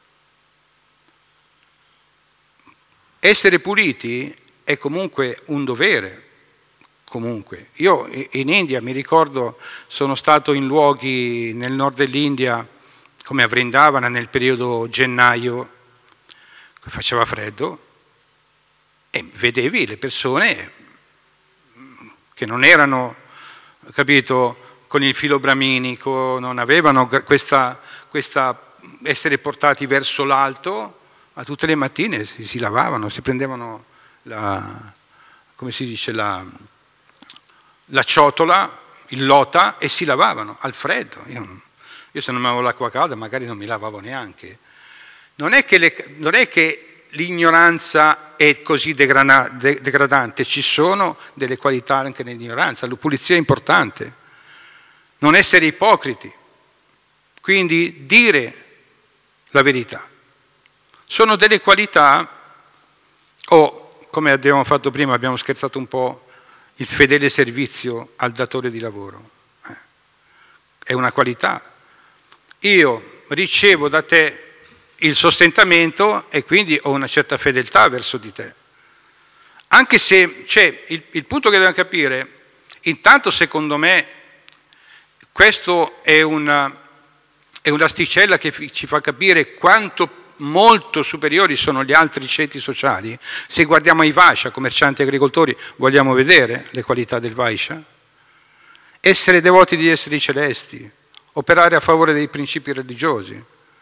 Essere puliti è comunque un dovere, comunque. Io in India, mi ricordo, sono stato in luoghi nel nord dell'India, come a Vrindavana nel periodo gennaio, che faceva freddo, e vedevi le persone che non erano, capito, con il filo braminico, non avevano questa, questa essere portati verso l'alto, ma tutte le mattine si, si lavavano, si prendevano la, come si dice, la, la ciotola, il lota, e si lavavano al freddo. Io, io se non avevo l'acqua calda magari non mi lavavo neanche. Non è che, le, non è che l'ignoranza è così degrana, de, degradante, ci sono delle qualità anche nell'ignoranza, la pulizia è importante. Non essere ipocriti, quindi dire la verità. Sono delle qualità, o come abbiamo fatto prima, abbiamo scherzato un po', il fedele servizio al datore di lavoro. Eh. È una qualità. Io ricevo da te il sostentamento e quindi ho una certa fedeltà verso di te. Anche se, cioè, il, il punto che dobbiamo capire, intanto secondo me, questo è una, è un'asticella che ci fa capire quanto molto superiori sono gli altri ceti sociali. Se guardiamo i Vaishya, commercianti e agricoltori, vogliamo vedere le qualità del Vaishya? Essere devoti di esseri celesti, operare a favore dei principi religiosi,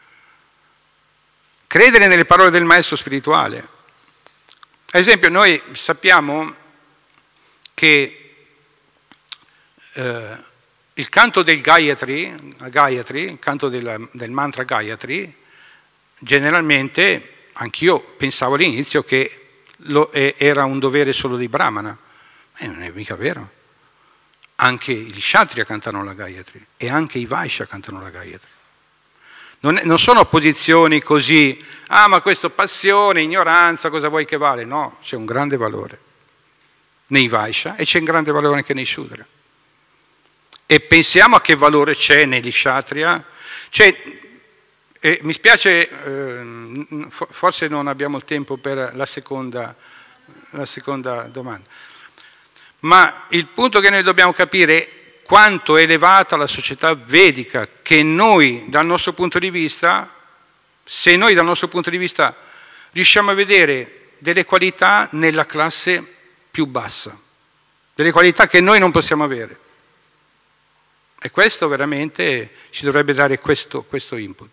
credere nelle parole del maestro spirituale. Ad esempio, noi sappiamo che eh, il canto del Gayatri, Gayatri, il canto del, del mantra Gayatri, generalmente, anch'io pensavo all'inizio che lo, era un dovere solo dei Brahmana, ma non è mica vero. Anche gli Kshatriya cantano la Gayatri e anche i Vaishya cantano la Gayatri. Non, è, non sono posizioni così, ah ma questo passione, ignoranza, cosa vuoi che vale? No, c'è un grande valore nei Vaishya e c'è un grande valore anche nei Shudra. E pensiamo a che valore c'è negli Kshatriya. Cioè, eh, mi spiace, eh, forse non abbiamo il tempo per la seconda, la seconda domanda, ma il punto che noi dobbiamo capire è quanto è elevata la società vedica, che noi dal nostro punto di vista, se noi dal nostro punto di vista riusciamo a vedere delle qualità nella classe più bassa, delle qualità che noi non possiamo avere. E questo veramente ci dovrebbe dare questo, questo input.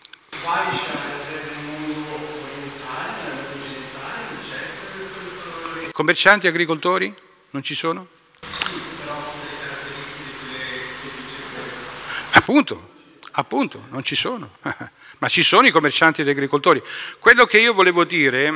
Commercianti e agricoltori? Non ci sono? Appunto, appunto, non ci sono. Ma ci sono i commercianti ed agricoltori. Quello che io volevo dire...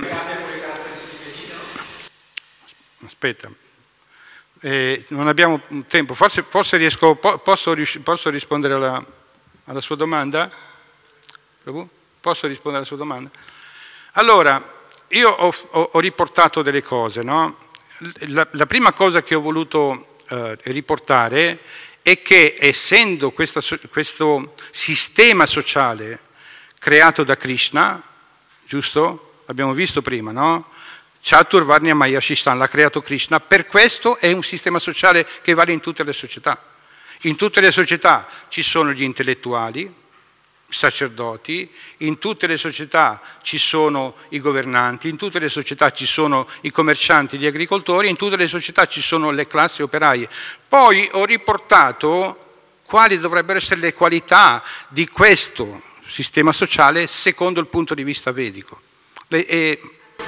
Aspetta. Eh, non abbiamo tempo, forse, forse riesco, po, posso, posso rispondere alla, alla sua domanda? Posso rispondere alla sua domanda? Allora, io ho, ho, ho riportato delle cose, no? La, la prima cosa che ho voluto eh, riportare è che essendo questa, questo sistema sociale creato da Krishna, giusto? l'abbiamo visto prima, no? Chaturvarnya Maya Shishtan l'ha creato Krishna, per questo è un sistema sociale che vale in tutte le società. In tutte le società ci sono gli intellettuali, sacerdoti, in tutte le società ci sono i governanti, in tutte le società ci sono i commercianti, gli agricoltori, in tutte le società ci sono le classi operaie. Poi ho riportato quali dovrebbero essere le qualità di questo sistema sociale secondo il punto di vista vedico. E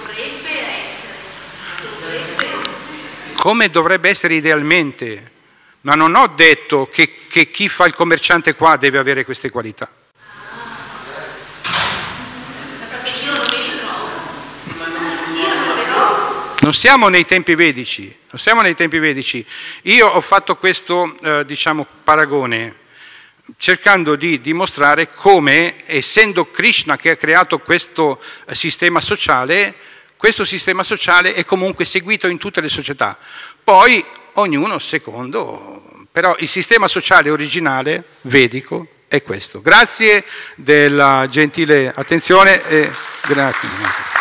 come dovrebbe essere idealmente, ma non ho detto che, che chi fa il commerciante qua deve avere queste qualità. Non siamo nei tempi vedici, non siamo nei tempi vedici. Io ho fatto questo, eh, diciamo, paragone, cercando di dimostrare come, essendo Krishna che ha creato questo sistema sociale, questo sistema sociale è comunque seguito in tutte le società. Poi ognuno secondo, però il sistema sociale originale, vedico, è questo. Grazie della gentile attenzione e grazie.